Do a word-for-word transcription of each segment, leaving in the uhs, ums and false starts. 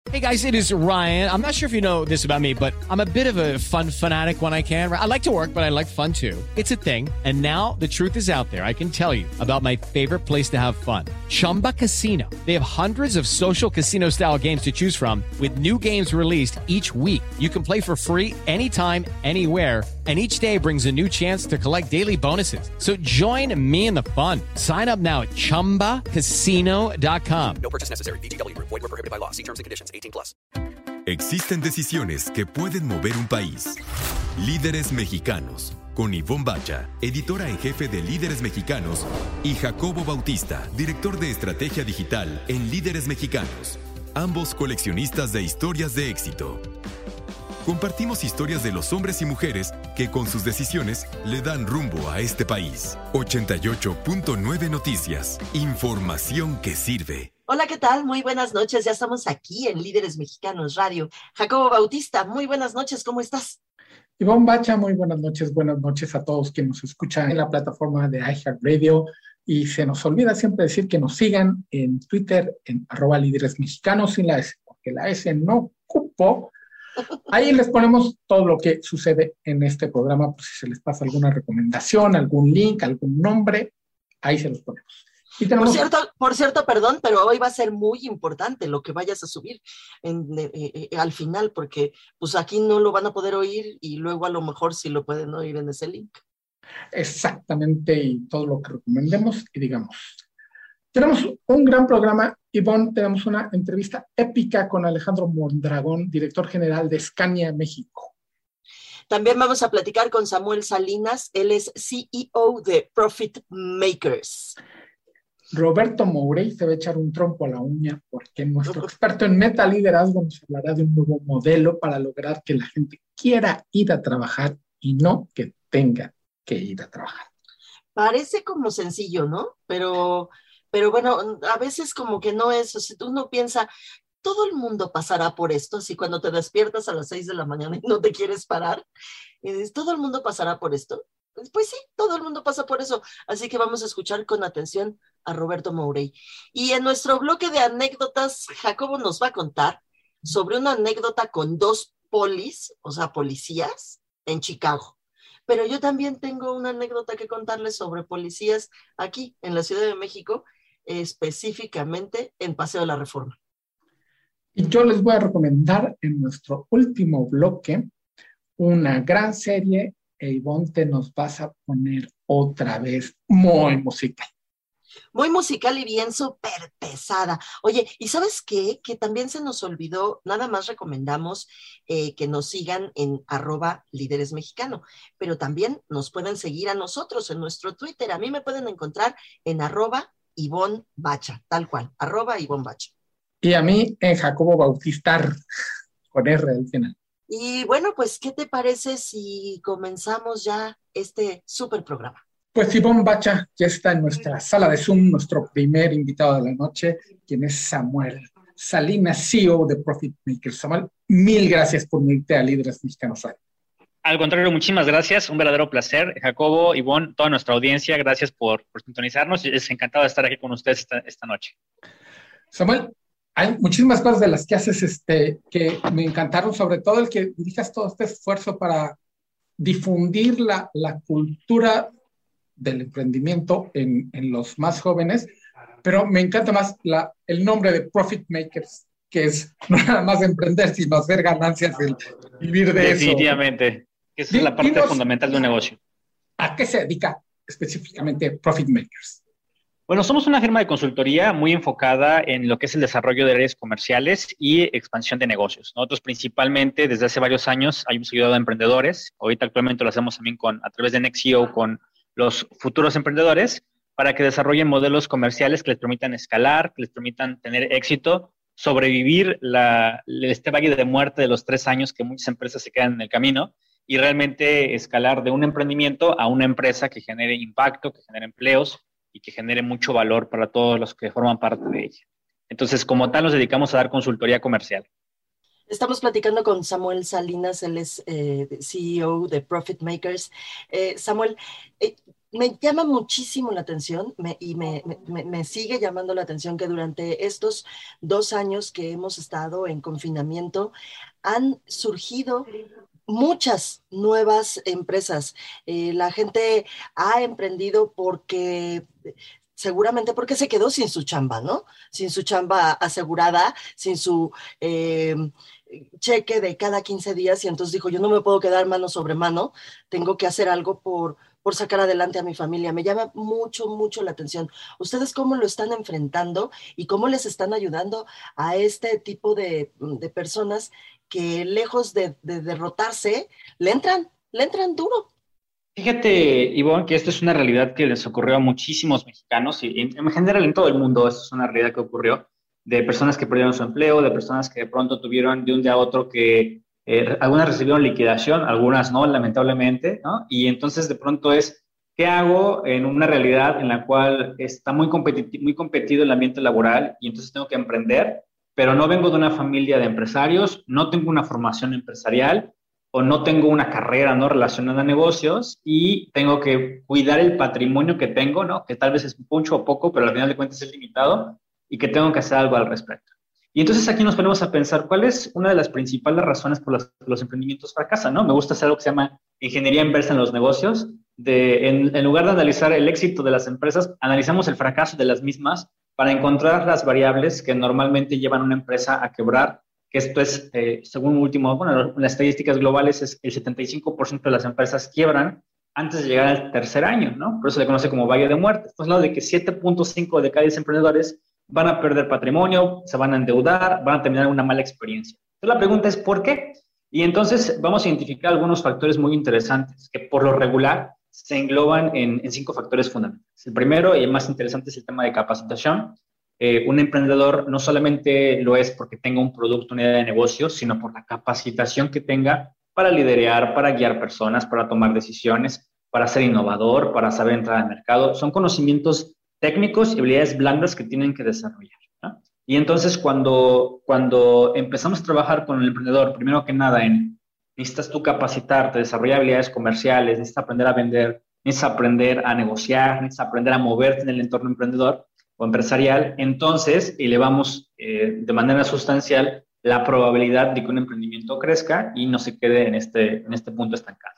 Hey guys, it is Ryan. I'm not sure if you know this about me, but I'm a bit of a fun fanatic when I can. I like to work, but I like fun too. It's a thing. And now the truth is out there. I can tell you about my favorite place to have fun. Chumba Casino. They have hundreds of social casino style games to choose from with new games released each week. You can play for free anytime, anywhere. And each day brings a new chance to collect daily bonuses. So join me in the fun. Sign up now at chumba casino dot com. No purchase necessary. V G W. Void where prohibited by law. See terms and conditions. eighteen plus. Existen decisiones que pueden mover un país. Líderes Mexicanos, con Ivonne Bacha, editora en jefe de Líderes Mexicanos, y Jacobo Bautista, director de estrategia digital en Líderes Mexicanos, ambos coleccionistas de historias de éxito. Compartimos historias de los hombres y mujeres que con sus decisiones le dan rumbo a este país. ochenta y ocho punto nueve Noticias. Información que sirve. Hola, ¿qué tal? Muy buenas noches. Ya estamos aquí en Líderes Mexicanos Radio. Jacobo Bautista, muy buenas noches. ¿Cómo estás? Ivonne Bacha, muy buenas noches. Buenas noches a todos quienes nos escuchan en la plataforma de iHeartRadio. Y se nos olvida siempre decir que nos sigan en Twitter, en arroba Líderes Mexicanos sin la S, porque la S no cupo. Ahí les ponemos todo lo que sucede en este programa, pues si se les pasa alguna recomendación, algún link, algún nombre, ahí se los ponemos. Y tenemos... Por cierto, por cierto, perdón, pero hoy va a ser muy importante lo que vayas a subir en, eh, eh, al final, porque pues aquí no lo van a poder oír y luego a lo mejor sí lo pueden oír en ese link. Exactamente, y todo lo que recomendemos y digamos. Tenemos un gran programa, Ivonne, tenemos una entrevista épica con Alejandro Mondragón, director general de Scania México. También vamos a platicar con Samuel Salinas, él es C E O de Profit Makers. Roberto Mourey se va a echar un trompo a la uña porque nuestro experto en metaliderazgo nos hablará de un nuevo modelo para lograr que la gente quiera ir a trabajar y no que tenga que ir a trabajar. Parece como sencillo, ¿no? Pero... Pero bueno, a veces como que no es, o sea, uno piensa, todo el mundo pasará por esto, así cuando te despiertas a las seis de la mañana y no te quieres parar, y dices, ¿todo el mundo pasará por esto? Pues sí, todo el mundo pasa por eso, así que vamos a escuchar con atención a Roberto Mourey. Y en nuestro bloque de anécdotas, Jacobo nos va a contar sobre una anécdota con dos polis, o sea, policías, en Chicago. Pero yo también tengo una anécdota que contarles sobre policías aquí en la Ciudad de México, específicamente en Paseo de la Reforma. Y yo les voy a recomendar en nuestro último bloque una gran serie, e Ivonne, te nos vas a poner otra vez muy musical. Muy musical y bien súper pesada. Oye, ¿y sabes qué? Que también se nos olvidó, nada más recomendamos eh, que nos sigan en arroba Líderes Mexicano, pero también nos pueden seguir a nosotros en nuestro Twitter. A mí me pueden encontrar en arroba Ivonne Bacha, tal cual, arroba Ivonne Bacha. Y a mí en Jacobo Bautistar, con R al final. Y bueno, pues, ¿qué te parece si comenzamos ya este súper programa? Pues Ivonne Bacha ya está en nuestra sala de Zoom, nuestro primer invitado de la noche, quien es Samuel Salinas, C E O de Profit Makers. Samuel, mil gracias por unirte a Líderes Mexicanos Radio. Al contrario, muchísimas gracias, un verdadero placer. Jacobo, Ivonne, toda nuestra audiencia, gracias por, por sintonizarnos. Es encantado de estar aquí con ustedes esta, esta noche. Samuel, hay muchísimas cosas de las que haces este, que me encantaron, sobre todo el que dirijas todo este esfuerzo para difundir la, la cultura del emprendimiento en, en los más jóvenes, pero me encanta más la, el nombre de Profit Makers, que es no nada más emprender, sino hacer ganancias, el vivir de Definitivamente. eso. Definitivamente. Esa es la parte Dinos, fundamental de un negocio. ¿A qué se dedica específicamente Profit Makers? Bueno, somos una firma de consultoría muy enfocada en lo que es el desarrollo de redes comerciales y expansión de negocios. Nosotros principalmente desde hace varios años hemos ayudado a emprendedores. Ahorita actualmente lo hacemos también con, a través de NextCEO con los futuros emprendedores para que desarrollen modelos comerciales que les permitan escalar, que les permitan tener éxito, sobrevivir la, este valle de muerte de los tres años que muchas empresas se quedan en el camino y realmente escalar de un emprendimiento a una empresa que genere impacto, que genere empleos y que genere mucho valor para todos los que forman parte de ella. Entonces, como tal, nos dedicamos a dar consultoría comercial. Estamos platicando con Samuel Salinas, él es eh, C E O de Profit Makers. Eh, Samuel, eh, me llama muchísimo la atención me, y me, me, me sigue llamando la atención que durante estos dos años que hemos estado en confinamiento han surgido muchas nuevas empresas. Eh, la gente ha emprendido porque... seguramente porque se quedó sin su chamba, ¿no? Sin su chamba asegurada, sin su eh, cheque de cada quince días, y entonces dijo, yo no me puedo quedar mano sobre mano, tengo que hacer algo por, por sacar adelante a mi familia. Me llama mucho, mucho la atención. ¿Ustedes cómo lo están enfrentando y cómo les están ayudando a este tipo de, de personas que lejos de, de derrotarse, le entran, le entran duro? Fíjate, Ivonne, que esto es una realidad que les ocurrió a muchísimos mexicanos y en, en general en todo el mundo. Esto es una realidad que ocurrió de personas que perdieron su empleo, de personas que de pronto tuvieron de un día a otro que eh, algunas recibieron liquidación, algunas no, lamentablemente, ¿no? Y entonces de pronto es, ¿qué hago en una realidad en la cual está muy, competi- muy competido el ambiente laboral y entonces tengo que emprender, pero no vengo de una familia de empresarios, no tengo una formación empresarial, o no tengo una carrera no relacionada a negocios y tengo que cuidar el patrimonio que tengo, ¿no? Que tal vez es mucho o poco, pero al final de cuentas es limitado y que tengo que hacer algo al respecto? Y entonces aquí nos ponemos a pensar cuál es una de las principales razones por las que los emprendimientos fracasan, ¿no? Me gusta hacer algo que se llama ingeniería inversa en los negocios. De, en, en lugar de analizar el éxito de las empresas, analizamos el fracaso de las mismas para encontrar las variables que normalmente llevan a una empresa a quebrar, que esto es, eh, según último, bueno, las estadísticas globales, es el setenta y cinco por ciento de las empresas quiebran antes de llegar al tercer año, ¿no? Por eso se conoce como valle de muerte. Estamos hablando de que siete punto cinco de cada diez emprendedores van a perder patrimonio, se van a endeudar, van a terminar una mala experiencia. Entonces la pregunta es, ¿por qué? Y entonces vamos a identificar algunos factores muy interesantes que por lo regular se engloban en, en cinco factores fundamentales. El primero y el más interesante es el tema de capacitación. Eh, un emprendedor no solamente lo es porque tenga un producto, una idea de negocio, sino por la capacitación que tenga para liderar, para guiar personas, para tomar decisiones, para ser innovador, para saber entrar al mercado. Son conocimientos técnicos y habilidades blandas que tienen que desarrollar, ¿no? Y entonces cuando, cuando empezamos a trabajar con el emprendedor, primero que nada, en, necesitas tú capacitarte, desarrollar habilidades comerciales, necesitas aprender a vender, necesitas aprender a negociar, necesitas aprender a moverte en el entorno emprendedor o empresarial, entonces elevamos eh, de manera sustancial la probabilidad de que un emprendimiento crezca y no se quede en este, en este punto estancado.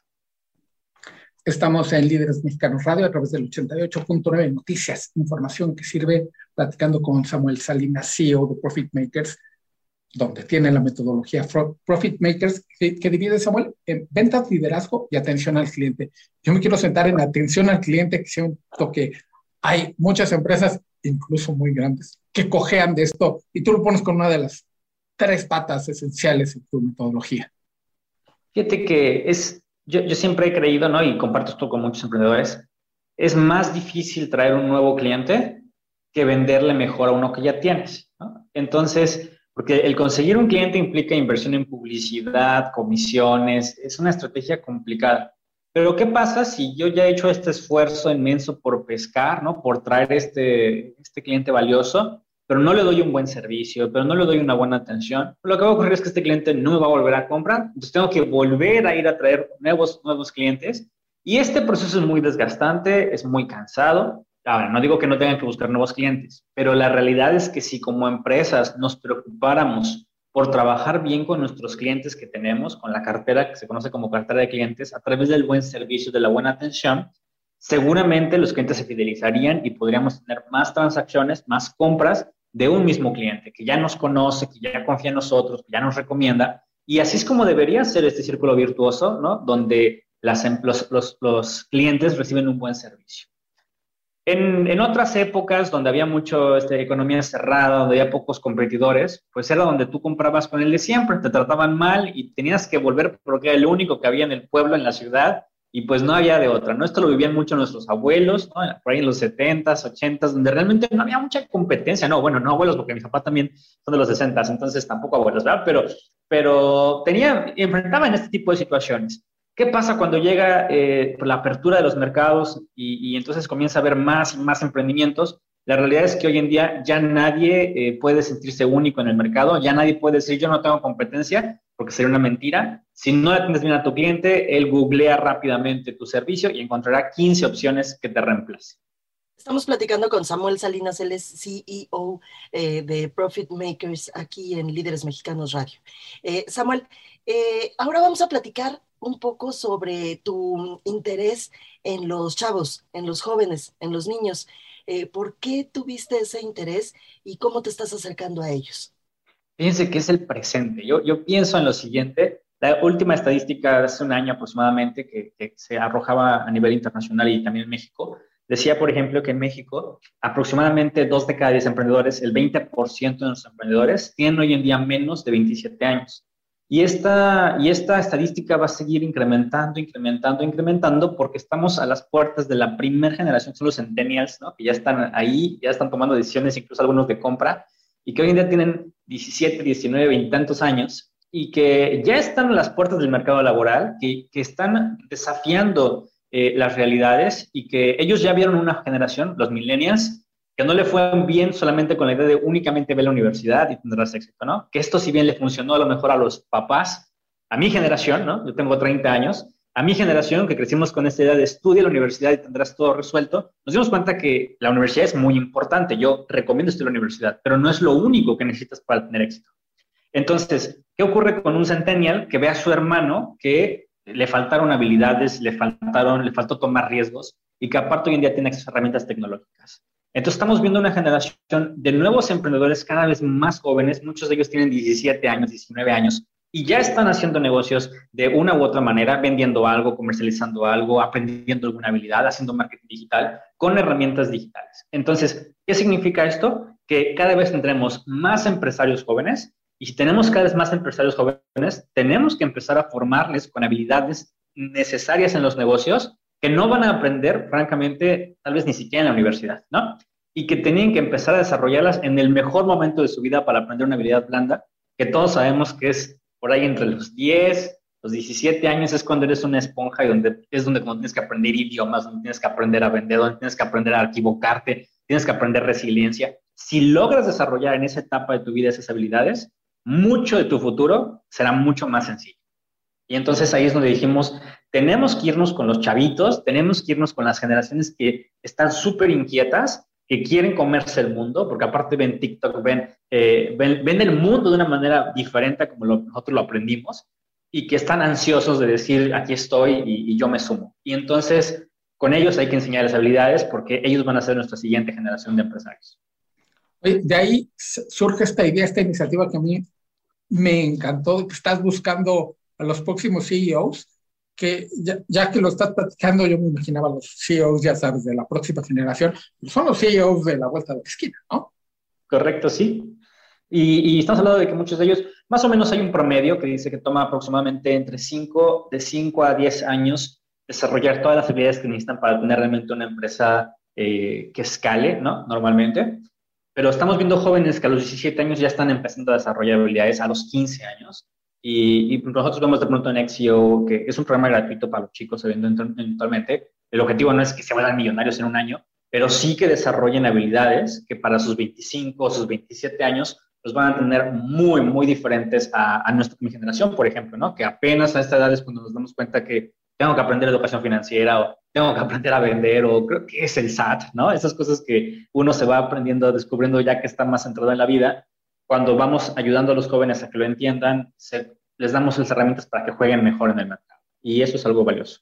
Estamos en Líderes Mexicanos Radio a través del ochenta y ocho punto nueve Noticias, información que sirve, platicando con Samuel Salinas, C E O de Profit Makers, donde tiene la metodología Profit Makers, que, que divide, Samuel, en ventas, liderazgo y atención al cliente. Yo me quiero sentar en atención al cliente, que siento que hay muchas empresas, incluso muy grandes, que cojean de esto, y tú lo pones con una de las tres patas esenciales en tu metodología. Fíjate que es, yo, yo siempre he creído, ¿no? Y comparto esto con muchos emprendedores, es más difícil traer un nuevo cliente que venderle mejor a uno que ya tienes, ¿no? Entonces, porque el conseguir un cliente implica inversión en publicidad, comisiones, es una estrategia complicada. Pero ¿qué pasa si yo ya he hecho este esfuerzo inmenso por pescar, ¿no? Por traer este, este cliente valioso, pero no le doy un buen servicio, pero no le doy una buena atención? Lo que va a ocurrir es que este cliente no me va a volver a comprar, entonces tengo que volver a ir a traer nuevos, nuevos clientes, y este proceso es muy desgastante, es muy cansado. Ahora, no digo que no tengan que buscar nuevos clientes, pero la realidad es que si como empresas nos preocupáramos por trabajar bien con nuestros clientes que tenemos, con la cartera que se conoce como cartera de clientes, a través del buen servicio, de la buena atención, seguramente los clientes se fidelizarían y podríamos tener más transacciones, más compras de un mismo cliente que ya nos conoce, que ya confía en nosotros, que ya nos recomienda. Y así es como debería ser este círculo virtuoso, ¿no? Donde las, los, los, los clientes reciben un buen servicio. En, en otras épocas donde había mucho este, economía cerrada, donde había pocos competidores, pues era donde tú comprabas con el de siempre, te trataban mal y tenías que volver porque era el único que había en el pueblo, en la ciudad, y pues no había de otra, ¿no? Esto lo vivían mucho nuestros abuelos, ¿no? Por ahí en los setentas, ochentas, donde realmente no había mucha competencia. No, bueno, no abuelos, porque mis papás también son de los sesentas, entonces tampoco abuelos, ¿verdad? Pero, pero tenía, enfrentaban este tipo de situaciones. ¿Qué pasa cuando llega eh, la apertura de los mercados y, y entonces comienza a haber más y más emprendimientos? La realidad es que hoy en día ya nadie eh, puede sentirse único en el mercado, ya nadie puede decir yo no tengo competencia, porque sería una mentira. Si no le atiendes bien a tu cliente, él googlea rápidamente tu servicio y encontrará quince opciones que te reemplacen. Estamos platicando con Samuel Salinas, él es C E O eh, de Profit Makers aquí en Líderes Mexicanos Radio. Eh, Samuel, eh, ahora vamos a platicar un poco sobre tu interés en los chavos, en los jóvenes, en los niños. Eh, ¿Por qué tuviste ese interés y cómo te estás acercando a ellos? Fíjense que es el presente. Yo, yo pienso en lo siguiente. La última estadística de hace un año aproximadamente que, que se arrojaba a nivel internacional y también en México, decía, por ejemplo, que en México aproximadamente dos de cada diez emprendedores, el veinte por ciento de los emprendedores, tienen hoy en día menos de veintisiete años. Y esta, y esta estadística va a seguir incrementando, incrementando, incrementando, porque estamos a las puertas de la primera generación, son los centennials, ¿no? Que ya están ahí, ya están tomando decisiones, incluso algunos de compra, y que hoy en día tienen diecisiete, diecinueve, veinte tantos años, y que ya están a las puertas del mercado laboral, que, que están desafiando Eh, las realidades y que ellos ya vieron una generación, los millennials, que no le fue bien solamente con la idea de únicamente ver la universidad y tendrás éxito, ¿no? Que esto si bien le funcionó a lo mejor a los papás, a mi generación, ¿no? Yo tengo treinta años, a mi generación que crecimos con esta idea de estudia la universidad y tendrás todo resuelto, nos dimos cuenta que la universidad es muy importante, yo recomiendo estudiar la universidad, pero no es lo único que necesitas para tener éxito. Entonces, ¿qué ocurre con un centennial que ve a su hermano que le faltaron habilidades, le faltaron, le faltó tomar riesgos y que aparte hoy en día tiene acceso a herramientas tecnológicas? Entonces estamos viendo una generación de nuevos emprendedores cada vez más jóvenes, muchos de ellos tienen diecisiete años, diecinueve años, y ya están haciendo negocios de una u otra manera, vendiendo algo, comercializando algo, aprendiendo alguna habilidad, haciendo marketing digital con herramientas digitales. Entonces, ¿qué significa esto? Que cada vez tendremos más empresarios jóvenes. Y si tenemos cada vez más empresarios jóvenes, tenemos que empezar a formarles con habilidades necesarias en los negocios que no van a aprender, francamente, tal vez ni siquiera en la universidad, ¿no? Y que tienen que empezar a desarrollarlas en el mejor momento de su vida para aprender una habilidad blanda, que todos sabemos que es por ahí entre los diez, los diecisiete años, es cuando eres una esponja y donde, es donde cuando tienes que aprender idiomas, donde tienes que aprender a vender, donde tienes que aprender a equivocarte, tienes que aprender resiliencia. Si logras desarrollar en esa etapa de tu vida esas habilidades, mucho de tu futuro será mucho más sencillo. Y entonces ahí es donde dijimos, tenemos que irnos con los chavitos, tenemos que irnos con las generaciones que están súper inquietas, que quieren comerse el mundo, porque aparte ven TikTok, ven, eh, ven, ven el mundo de una manera diferente a como lo, nosotros lo aprendimos, y que están ansiosos de decir, aquí estoy y, y yo me sumo. Y entonces con ellos hay que enseñarles habilidades porque ellos van a ser nuestra siguiente generación de empresarios. De ahí surge esta idea, esta iniciativa que a mí me encantó, que estás buscando a los próximos C E Os, que ya, ya que lo estás platicando, yo me imaginaba los C E Os, ya sabes, de la próxima generación, son los C E Os de la vuelta de la esquina, ¿no? Correcto, sí. Y, y estamos hablando de que muchos de ellos, más o menos hay un promedio que dice que toma aproximadamente entre cinco, de cinco a diez años desarrollar todas las habilidades que necesitan para tener realmente una empresa eh, que escale, ¿no? Normalmente. Pero estamos viendo jóvenes que a los diecisiete años ya están empezando a desarrollar habilidades a los quince años. Y, y nosotros vemos de pronto en X E O, que es un programa gratuito para los chicos, eventualmente. El objetivo no es que se vuelvan millonarios en un año, pero sí que desarrollen habilidades que para sus veinticinco o sus veintisiete años los van a tener muy, muy diferentes a, a nuestra generación, por ejemplo, ¿no? Que apenas a esta edad es cuando nos damos cuenta que tengo que aprender educación financiera o tengo que aprender a vender o creo que es el S A T, ¿no? Esas cosas que uno se va aprendiendo, descubriendo ya que está más centrado en la vida. Cuando vamos ayudando a los jóvenes a que lo entiendan, se, les damos las herramientas para que jueguen mejor en el mercado. Y eso es algo valioso.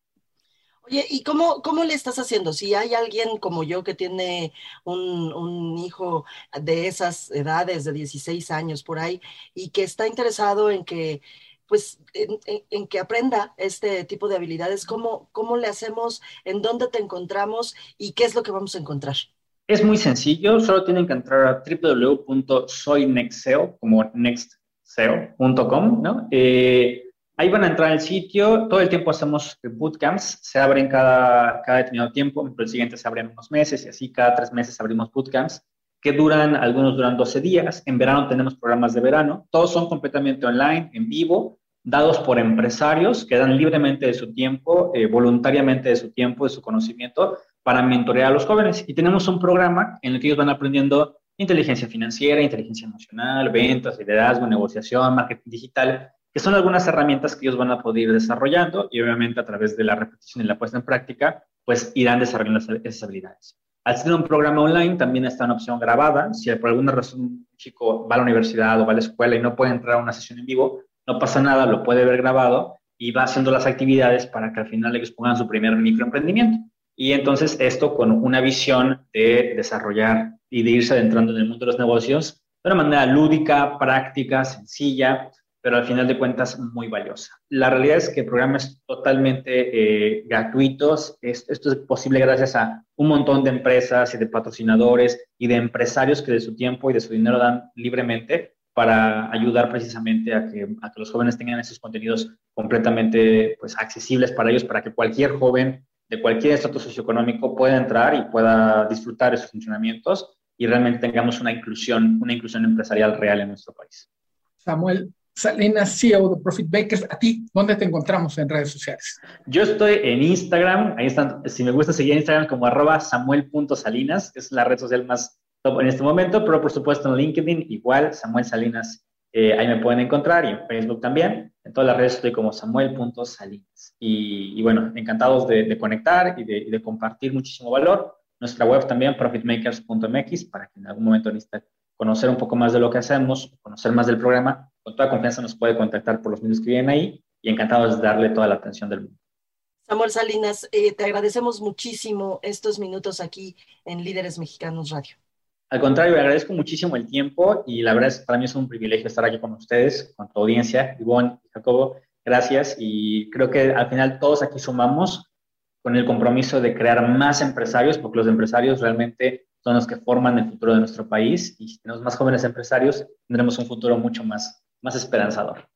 Oye, ¿y cómo, cómo le estás haciendo? Si hay alguien como yo que tiene un, un hijo de esas edades, de dieciséis años por ahí, y que está interesado en que pues en, en, en que aprenda este tipo de habilidades, ¿cómo, ¿cómo le hacemos? ¿En dónde te encontramos? ¿Y qué es lo que vamos a encontrar? Es muy sencillo, solo tienen que entrar a doble u doble u doble u punto soy next S E O, como next S E O punto com, ¿no? Eh, ahí van a entrar al sitio, todo el tiempo hacemos bootcamps, se abren cada, cada determinado tiempo, el siguiente se abre en unos meses y así cada tres meses abrimos bootcamps que duran, algunos duran doce días, en verano tenemos programas de verano, todos son completamente online, en vivo, dados por empresarios que dan libremente de su tiempo, eh, voluntariamente de su tiempo, de su conocimiento, para mentorear a los jóvenes. Y tenemos un programa en el que ellos van aprendiendo inteligencia financiera, inteligencia emocional, ventas, liderazgo, negociación, marketing digital, que son algunas herramientas que ellos van a poder ir desarrollando y obviamente a través de la repetición y la puesta en práctica, pues irán desarrollando esas habilidades. Al ser un programa online, también está una opción grabada. Si por alguna razón un chico va a la universidad o va a la escuela y no puede entrar a una sesión en vivo, no pasa nada, lo puede ver grabado y va haciendo las actividades para que al final ellos pongan su primer microemprendimiento. Y entonces esto con una visión de desarrollar y de irse adentrando en el mundo de los negocios de una manera lúdica, práctica, sencilla, pero al final de cuentas muy valiosa. La realidad es que el programa es totalmente eh, gratuito. Esto es posible gracias a un montón de empresas y de patrocinadores y de empresarios que de su tiempo y de su dinero dan libremente para ayudar precisamente a que, a que los jóvenes tengan esos contenidos completamente pues, accesibles para ellos, para que cualquier joven de cualquier estrato socioeconómico pueda entrar y pueda disfrutar de sus funcionamientos y realmente tengamos una inclusión, una inclusión empresarial real en nuestro país. Samuel Salinas, C E O de Profit Bakers, a ti, ¿dónde te encontramos en redes sociales? Yo estoy en Instagram, ahí están, si me gusta seguir en Instagram como arroba samuel punto salinas, que es la red social más top en este momento, pero por supuesto en LinkedIn igual, Samuel Salinas, eh, ahí me pueden encontrar y en Facebook también. En todas las redes estoy como samuel punto salinas. Y, y bueno, encantados de, de conectar y de, y de compartir muchísimo valor. Nuestra web también, profit makers punto m x, para que en algún momento necesiten conocer un poco más de lo que hacemos, conocer más del programa, con toda confianza nos puede contactar por los medios que vienen ahí y encantados de darle toda la atención del mundo. Samuel Salinas, eh, te agradecemos muchísimo estos minutos aquí en Líderes Mexicanos Radio. Al contrario, le agradezco muchísimo el tiempo y la verdad es que para mí es un privilegio estar aquí con ustedes, con tu audiencia, Ivonne y Jacobo, gracias, y creo que al final todos aquí sumamos con el compromiso de crear más empresarios, porque los empresarios realmente son los que forman el futuro de nuestro país y si tenemos más jóvenes empresarios tendremos un futuro mucho más, más esperanzador.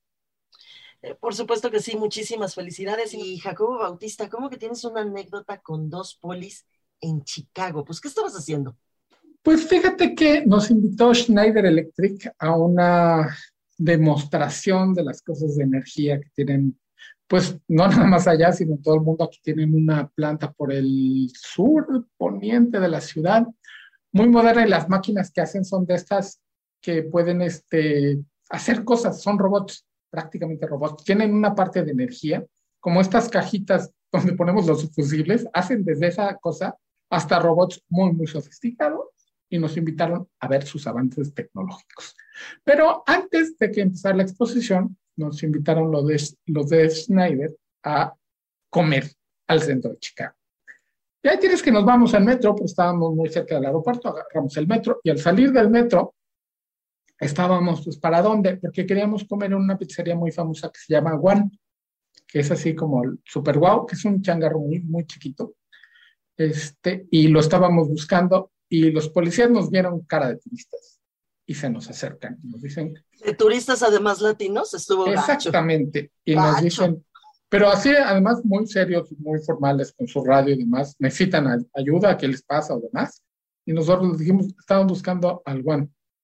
Eh, por supuesto que sí, muchísimas felicidades. Y Jacobo Bautista, ¿cómo que tienes una anécdota con dos polis en Chicago? Pues, ¿qué estabas haciendo? Pues fíjate que nos invitó Schneider Electric a una demostración de las cosas de energía que tienen, pues no nada más allá, sino todo el mundo. Aquí tienen una planta por el sur poniente de la ciudad, muy moderna, y las máquinas que hacen son de estas que pueden este, hacer cosas, son robots, prácticamente robots. Tienen una parte de energía, como estas cajitas donde ponemos los fusibles, hacen desde esa cosa hasta robots muy, muy sofisticados, y nos invitaron a ver sus avances tecnológicos. Pero antes de que empezara la exposición, nos invitaron los de, los de Schneider a comer al centro de Chicago. Y ahí tienes que nos vamos al metro, pues estábamos muy cerca del aeropuerto, agarramos el metro, y al salir del metro, estábamos, pues, ¿para dónde? Porque queríamos comer en una pizzería muy famosa que se llama One, que es así como el Super Wow, que es un changarro muy, muy chiquito, este, y lo estábamos buscando, y los policías nos vieron cara de turistas, y se nos acercan, y nos dicen... ¿De turistas además latinos? Estuvo gacho. Exactamente, y gacho. nos dicen... Pero así, además, muy serios, muy formales, con su radio y demás, necesitan ayuda, ¿qué les pasa o demás? Y nosotros les dijimos, estaban buscando al One.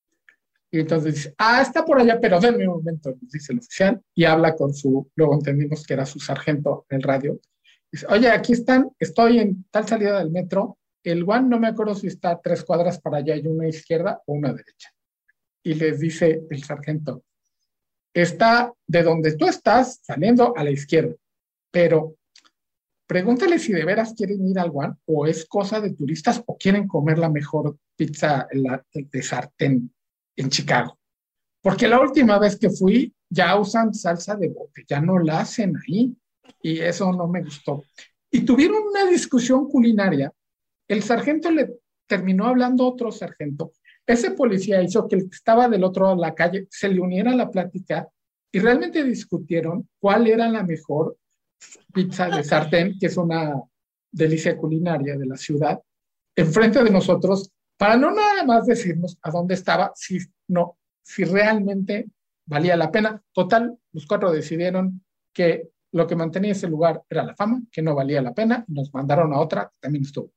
Y entonces dice, ah, está por allá, pero denme un momento, nos dice el oficial, y habla con su, luego entendimos que era su sargento en el radio. Dice, oye, aquí están, estoy en tal salida del metro, el One no me acuerdo si está tres cuadras para allá y una izquierda o una derecha. Y les dice el sargento, está de donde tú estás saliendo a la izquierda, pero pregúntale si de veras quieren ir al One o es cosa de turistas o quieren comer la mejor pizza la, de sartén en Chicago. Porque la última vez que fui ya usan salsa de bote, ya no la hacen ahí y eso no me gustó. Y tuvieron una discusión culinaria. El sargento le terminó hablando a otro sargento. Ese policía hizo que el que estaba del otro lado de la calle se le uniera a la plática y realmente discutieron cuál era la mejor pizza de sartén, que es una delicia culinaria de la ciudad, enfrente de nosotros, para no nada más decirnos a dónde estaba, si, no, si realmente valía la pena. Total, los cuatro decidieron que lo que mantenía ese lugar era la fama, que no valía la pena, y nos mandaron a otra que también estuvo.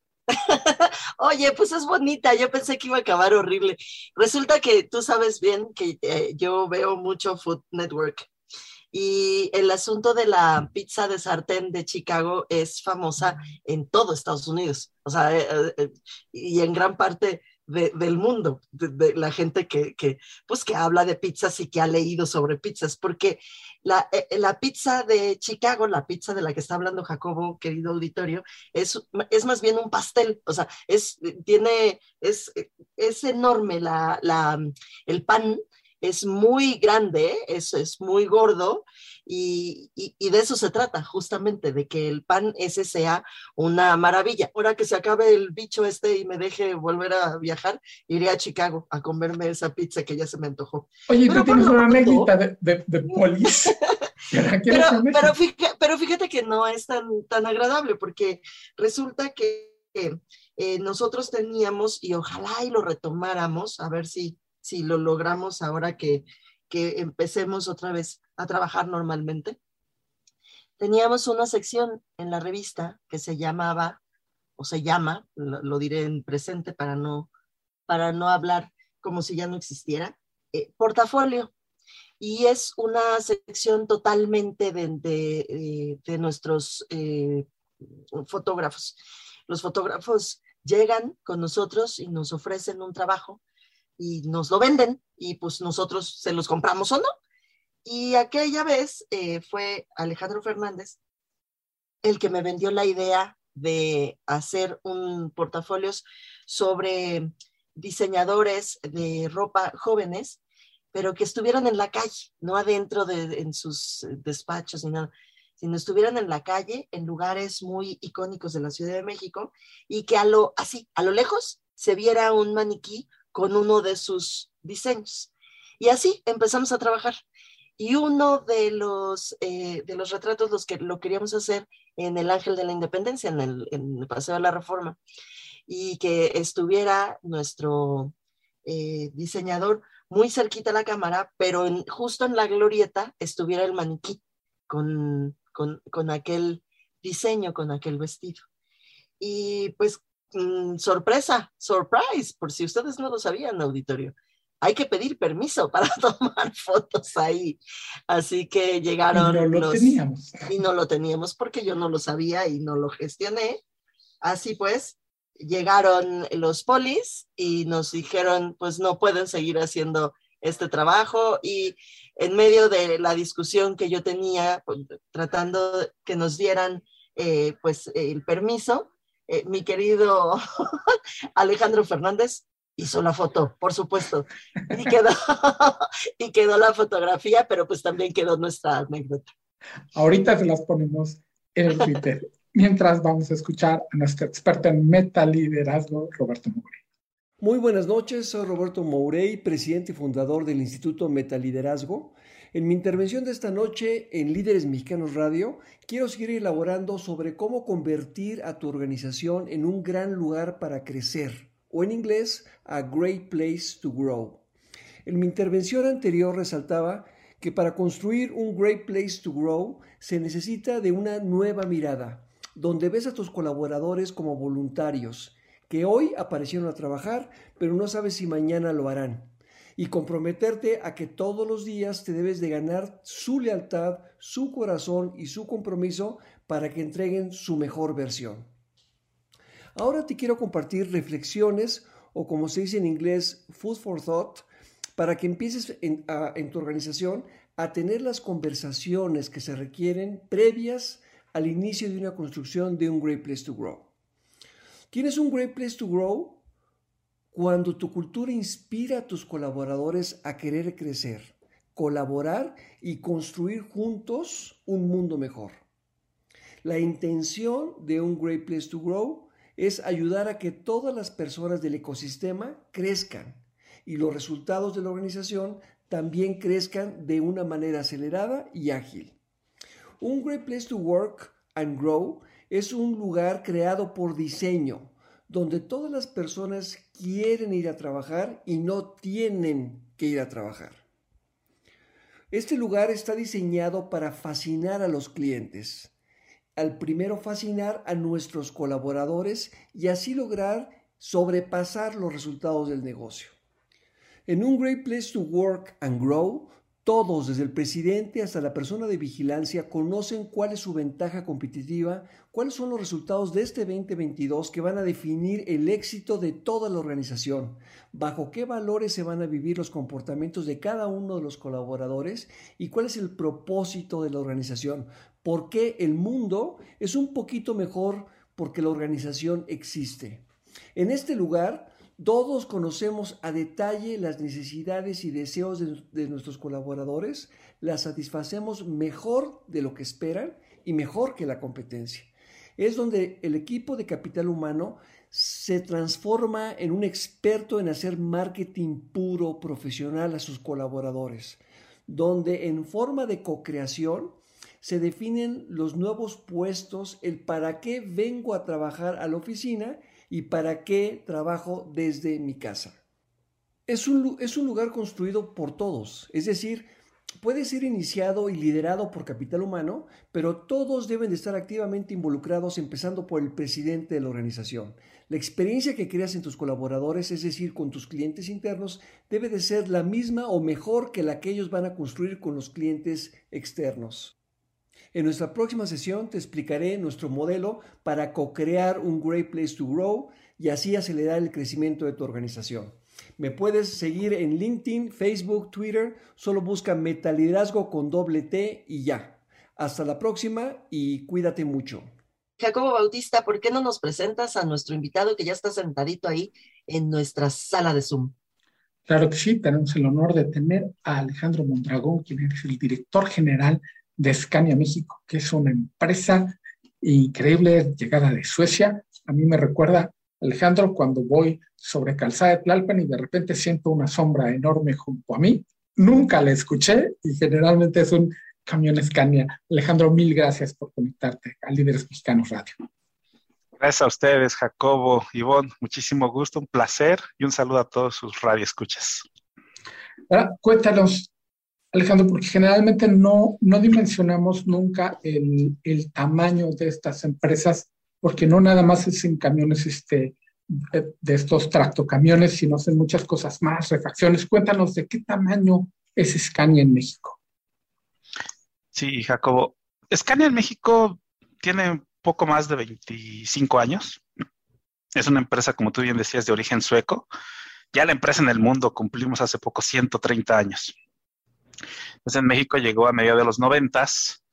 Oye, pues es bonita, yo pensé que iba a acabar horrible. Resulta que tú sabes bien que eh, yo veo mucho Food Network y el asunto de la pizza de sartén de Chicago es famosa en todo Estados Unidos, o sea, eh, eh, y en gran parte de, del mundo, de, de la gente que, que, pues, que habla de pizzas y que ha leído sobre pizzas, porque la, la pizza de Chicago, la pizza de la que está hablando Jacobo, querido auditorio, es, es más bien un pastel, o sea, es, tiene, es, es enorme la, la, el pan, es muy grande, es, es muy gordo, y, y, y de eso se trata, justamente, de que el pan ese sea una maravilla. Ahora que se acabe el bicho este y me deje volver a viajar, iré a Chicago a comerme esa pizza que ya se me antojó. Oye, pero tú tienes una pronto, anécdota de, de, de polis. pero, pero, fíjate, pero fíjate que no es tan, tan agradable, porque resulta que eh, nosotros teníamos, y ojalá y lo retomáramos, a ver si si lo logramos ahora que, que empecemos otra vez a trabajar normalmente. Teníamos una sección en la revista que se llamaba, o se llama, lo, lo diré en presente para no, para no hablar como si ya no existiera, eh, portafolio. Y es una sección totalmente de, de, de nuestros eh, fotógrafos. Los fotógrafos llegan con nosotros y nos ofrecen un trabajo y nos lo venden y pues nosotros se los compramos o no. Y aquella vez eh, fue Alejandro Fernández el que me vendió la idea de hacer un portafolios sobre diseñadores de ropa jóvenes, pero que estuvieran en la calle, no adentro de en sus despachos ni nada, sino estuvieran en la calle, en lugares muy icónicos de la Ciudad de México, y que a lo, así, a lo lejos se viera un maniquí con uno de sus diseños. Y así empezamos a trabajar. Y uno de los, eh, de los retratos los que lo queríamos hacer en el Ángel de la Independencia, en el, en el Paseo de la Reforma, y que estuviera nuestro eh, diseñador muy cerquita a la cámara, pero en, justo en la glorieta estuviera el maniquí con, con, con aquel diseño, con aquel vestido. Y pues Mm, sorpresa, surprise, por si ustedes no lo sabían, auditorio. Hay que pedir permiso para tomar fotos ahí. Así que llegaron y no lo los... teníamos. Y no lo teníamos porque yo no lo sabía y no lo gestioné. Así pues, llegaron los polis y nos dijeron, pues no pueden seguir haciendo este trabajo. Y en medio de la discusión que yo tenía, tratando que nos dieran eh, pues el permiso, Eh, mi querido Alejandro Fernández hizo la foto, por supuesto, y quedó, y quedó la fotografía, pero pues también quedó nuestra anécdota. Ahorita se las ponemos en el Twitter. Mientras vamos a escuchar a nuestro experto en metaliderazgo, Roberto Mourey. Muy buenas noches, soy Roberto Mourey, presidente y fundador del Instituto Metaliderazgo. En mi intervención de esta noche en Líderes Mexicanos Radio, quiero seguir elaborando sobre cómo convertir a tu organización en un gran lugar para crecer, o en inglés, a great place to grow. En mi intervención anterior resaltaba que para construir un great place to grow se necesita de una nueva mirada, donde ves a tus colaboradores como voluntarios, que hoy aparecieron a trabajar, pero no sabes si mañana lo harán. Y comprometerte a que todos los días te debes de ganar su lealtad, su corazón y su compromiso para que entreguen su mejor versión. Ahora te quiero compartir reflexiones, o como se dice en inglés, food for thought, para que empieces en, a, en tu organización a tener las conversaciones que se requieren previas al inicio de una construcción de un Great Place to Grow. ¿Tienes un Great Place to Grow? Cuando tu cultura inspira a tus colaboradores a querer crecer, colaborar y construir juntos un mundo mejor. La intención de un Great Place to Grow es ayudar a que todas las personas del ecosistema crezcan y los resultados de la organización también crezcan de una manera acelerada y ágil. Un Great Place to Work and Grow es un lugar creado por diseño, donde todas las personas quieren ir a trabajar y no tienen que ir a trabajar. Este lugar está diseñado para fascinar a los clientes. Al primero fascinar a nuestros colaboradores y así lograr sobrepasar los resultados del negocio. En un Great Place to Work and Grow, Todos, desde el presidente hasta la persona de vigilancia, conocen cuál es su ventaja competitiva, cuáles son los resultados de este veinte veintidós que van a definir el éxito de toda la organización, bajo qué valores se van a vivir los comportamientos de cada uno de los colaboradores y cuál es el propósito de la organización, por qué el mundo es un poquito mejor porque la organización existe. En este lugar, todos conocemos a detalle las necesidades y deseos de, de nuestros colaboradores, las satisfacemos mejor de lo que esperan y mejor que la competencia. Es donde el equipo de capital humano se transforma en un experto en hacer marketing puro, profesional a sus colaboradores, donde en forma de co-creación se definen los nuevos puestos, el para qué vengo a trabajar a la oficina y para qué trabajo desde mi casa. Es un, es un lugar construido por todos, es decir, puede ser iniciado y liderado por capital humano, pero todos deben de estar activamente involucrados, empezando por el presidente de la organización. La experiencia que creas en tus colaboradores, es decir, con tus clientes internos, debe de ser la misma o mejor que la que ellos van a construir con los clientes externos. En nuestra próxima sesión te explicaré nuestro modelo para co-crear un Great Place to Grow y así acelerar el crecimiento de tu organización. Me puedes seguir en LinkedIn, Facebook, Twitter, solo busca Metaliderazgo con doble T y ya. Hasta la próxima y cuídate mucho. Jacobo Bautista, ¿por qué no nos presentas a nuestro invitado que ya está sentadito ahí en nuestra sala de Zoom? Claro que sí, tenemos el honor de tener a Alejandro Mondragón, quien es el director general de Scania México, que es una empresa increíble llegada de Suecia. A mí me recuerda, Alejandro, cuando voy sobre Calzada de Tlalpan y de repente siento una sombra enorme junto a mí. Nunca la escuché y generalmente es un camión Scania. Alejandro, mil gracias por conectarte a Líderes Mexicanos Radio. Gracias a ustedes, Jacobo, Ivonne, muchísimo gusto, un placer y un saludo a todos sus radioescuchas. Ahora, cuéntanos, Alejandro, porque generalmente no, no dimensionamos nunca el, el tamaño de estas empresas, porque no nada más es en camiones este, de, de estos tractocamiones, sino hacen muchas cosas más, refacciones. Cuéntanos de qué tamaño es Scania en México. Sí, Jacobo. Scania en México tiene poco más de veinticinco años. Es una empresa, como tú bien decías, de origen sueco. Ya la empresa en el mundo cumplimos hace poco ciento treinta años. Entonces en México llegó a mediados de los noventas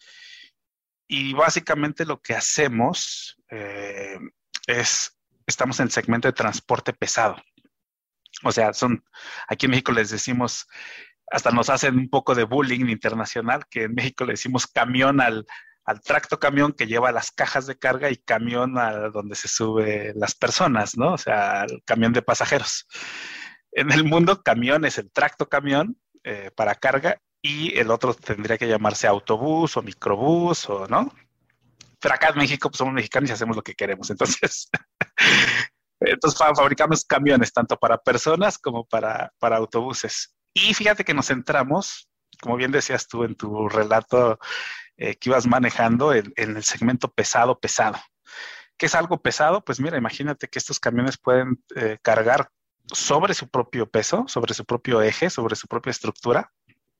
y básicamente lo que hacemos eh, es, estamos en el segmento de transporte pesado. O sea, son, aquí en México les decimos, hasta nos hacen un poco de bullying internacional, que en México le decimos camión al, al tractocamión que lleva las cajas de carga y camión a donde se suben las personas, ¿no? O sea, el camión de pasajeros. En el mundo, camión es el tractocamión eh, para carga y el otro tendría que llamarse autobús o microbús o, ¿no? Pero acá en México pues, somos mexicanos y hacemos lo que queremos. Entonces, entonces fabricamos camiones tanto para personas como para, para autobuses. Y fíjate que nos centramos, como bien decías tú en tu relato eh, que ibas manejando, en, en el segmento pesado, pesado. ¿Qué es algo pesado? Pues mira, imagínate que estos camiones pueden eh, cargar sobre su propio peso, sobre su propio eje, sobre su propia estructura.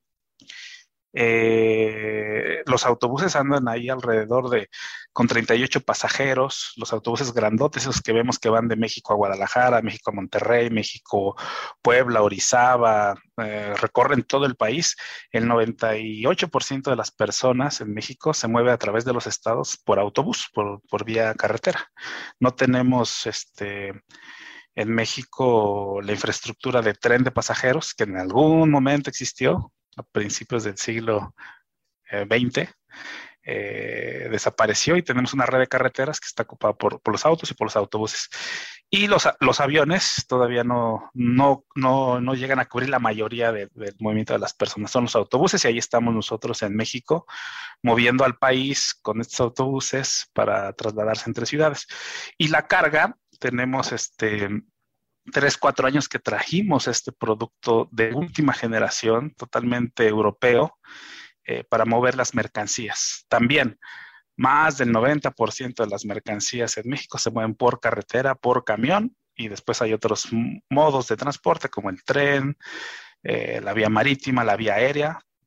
Eh, los autobuses andan ahí alrededor de con treinta y ocho pasajeros, los autobuses grandotes, esos que vemos que van de México a Guadalajara, México a Monterrey, México, Puebla, Orizaba, eh, recorren todo el país. El noventa y ocho por ciento de las personas en México se mueve a través de los estados por autobús, por, por vía carretera. No tenemos este en México la infraestructura de tren de pasajeros que en algún momento existió a principios del siglo eh, veinte, eh, desapareció y tenemos una red de carreteras que está ocupada por, por los autos y por los autobuses. Y los, los aviones todavía no, no, no, no llegan a cubrir la mayoría de, del movimiento de las personas. Son los autobuses y ahí estamos nosotros en México moviendo al país con estos autobuses para trasladarse entre ciudades. Y la carga, tenemos este... tres, cuatro años que trajimos este producto de última generación, totalmente europeo, eh, para mover las mercancías. También, más del noventa por ciento de las mercancías en México se mueven por carretera, por camión, y después hay otros modos de transporte como el tren, eh, la vía marítima, la vía aérea,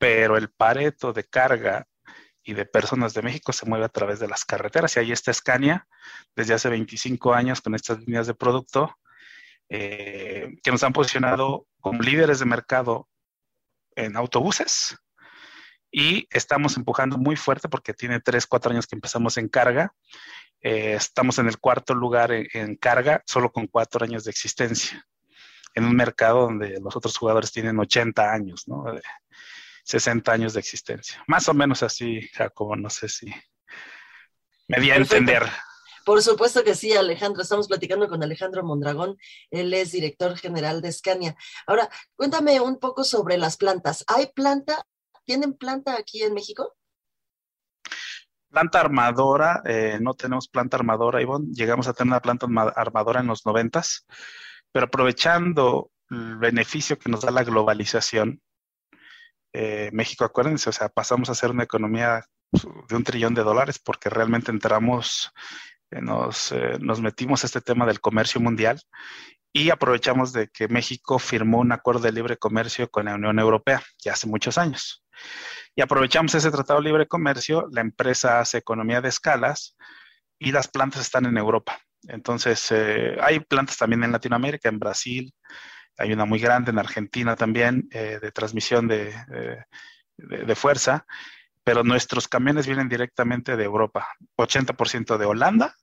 pero el pareto de carga y de personas de México se mueve a través de las carreteras. Y ahí está Scania desde hace veinticinco años con estas líneas de producto eh, que nos han posicionado como líderes de mercado en autobuses. Y estamos empujando muy fuerte porque tiene tres, cuatro años que empezamos en carga. Eh, estamos en el cuarto lugar en, en carga, solo con cuatro años de existencia, en un mercado donde los otros jugadores tienen ochenta años, ¿no? De sesenta años de existencia. Más o menos así, Jacobo, no sé si me di a entender. Por supuesto que sí, Alejandro. Estamos platicando con Alejandro Mondragón. Él es director general de Scania. Ahora, cuéntame un poco sobre las plantas. ¿Hay planta? ¿Tienen planta aquí en México? Planta armadora, eh, no tenemos planta armadora, Ivonne. Llegamos a tener una planta armadora en los noventas, pero aprovechando el beneficio que nos da la globalización, eh, México, acuérdense, o sea, pasamos a ser una economía de un trillón de dólares porque realmente entramos, eh, nos, eh, nos metimos a este tema del comercio mundial y aprovechamos de que México firmó un acuerdo de libre comercio con la Unión Europea ya hace muchos años. Y aprovechamos ese tratado de libre comercio, la empresa hace economía de escalas y las plantas están en Europa. Entonces, eh, hay plantas también en Latinoamérica, en Brasil, hay una muy grande en Argentina también, eh, de transmisión de, eh, de, de fuerza, pero nuestros camiones vienen directamente de Europa, ochenta por ciento de Holanda,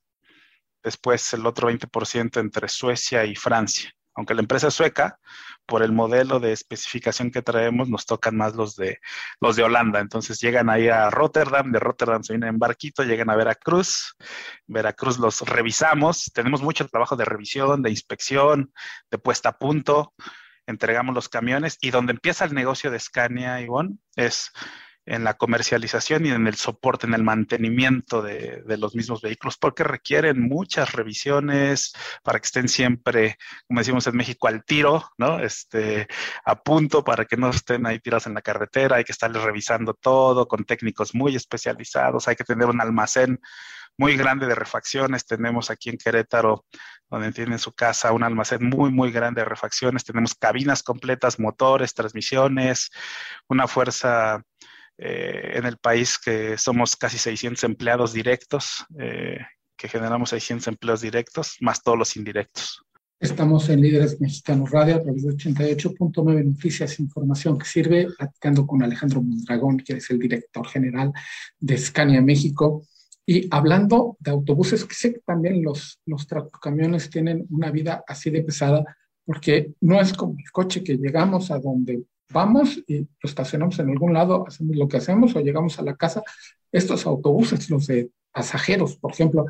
después el otro veinte por ciento entre Suecia y Francia. Aunque la empresa es sueca, por el modelo de especificación que traemos, nos tocan más los de, los de Holanda. Entonces llegan ahí a Rotterdam, de Rotterdam se vienen en barquito, llegan a Veracruz, Veracruz los revisamos, tenemos mucho trabajo de revisión, de inspección, de puesta a punto, entregamos los camiones y donde empieza el negocio de Scania, Ivonne, es en la comercialización y en el soporte, en el mantenimiento de, de los mismos vehículos, porque requieren muchas revisiones para que estén siempre, como decimos en México, al tiro, ¿no? Este, a punto para que no estén ahí tirados en la carretera, hay que estarles revisando todo con técnicos muy especializados, hay que tener un almacén muy grande de refacciones. Tenemos aquí en Querétaro, donde tienen su casa, un almacén muy, muy grande de refacciones. Tenemos cabinas completas, motores, transmisiones, una fuerza eh, en el país que somos casi seiscientos empleados directos, eh, que generamos seiscientos empleos directos, más todos los indirectos. Estamos en Líderes Mexicanos Radio a través de ochenta y ocho punto nueve Noticias, información que sirve, platicando con Alejandro Mondragón, que es el director general de Scania México. Y hablando de autobuses, que sé que también los, los tractocamiones tienen una vida así de pesada, porque no es como el coche que llegamos a donde vamos y lo estacionamos en algún lado, hacemos lo que hacemos o llegamos a la casa. Estos autobuses, los de pasajeros, por ejemplo,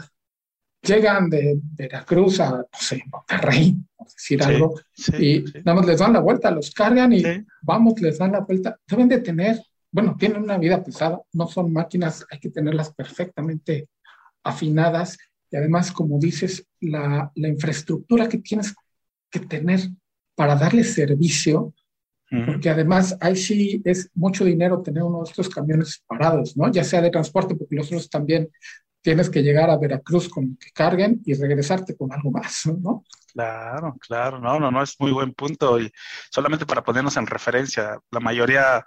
llegan de Veracruz a, no sé, Monterrey, por decir sí, algo, sí, y sí. nada más les dan la vuelta, los cargan y sí. vamos, les dan la vuelta. Deben de tener, bueno, tienen una vida pesada, no son máquinas, hay que tenerlas perfectamente afinadas y además, como dices, la, la infraestructura que tienes que tener para darle servicio, uh-huh. porque además ahí sí es mucho dinero tener uno de estos camiones parados, ¿no? Ya sea de transporte, porque los otros también tienes que llegar a Veracruz con que carguen y regresarte con algo más, ¿no? Claro, claro, no, no, no, es muy buen punto. Y solamente para ponernos en referencia, la mayoría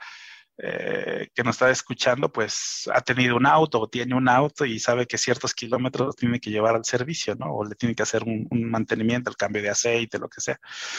eh, que nos está escuchando, pues ha tenido un auto o tiene un auto y sabe que ciertos kilómetros tiene que llevar al servicio, ¿no? O le tiene que hacer un, un mantenimiento, el cambio de aceite, lo que sea.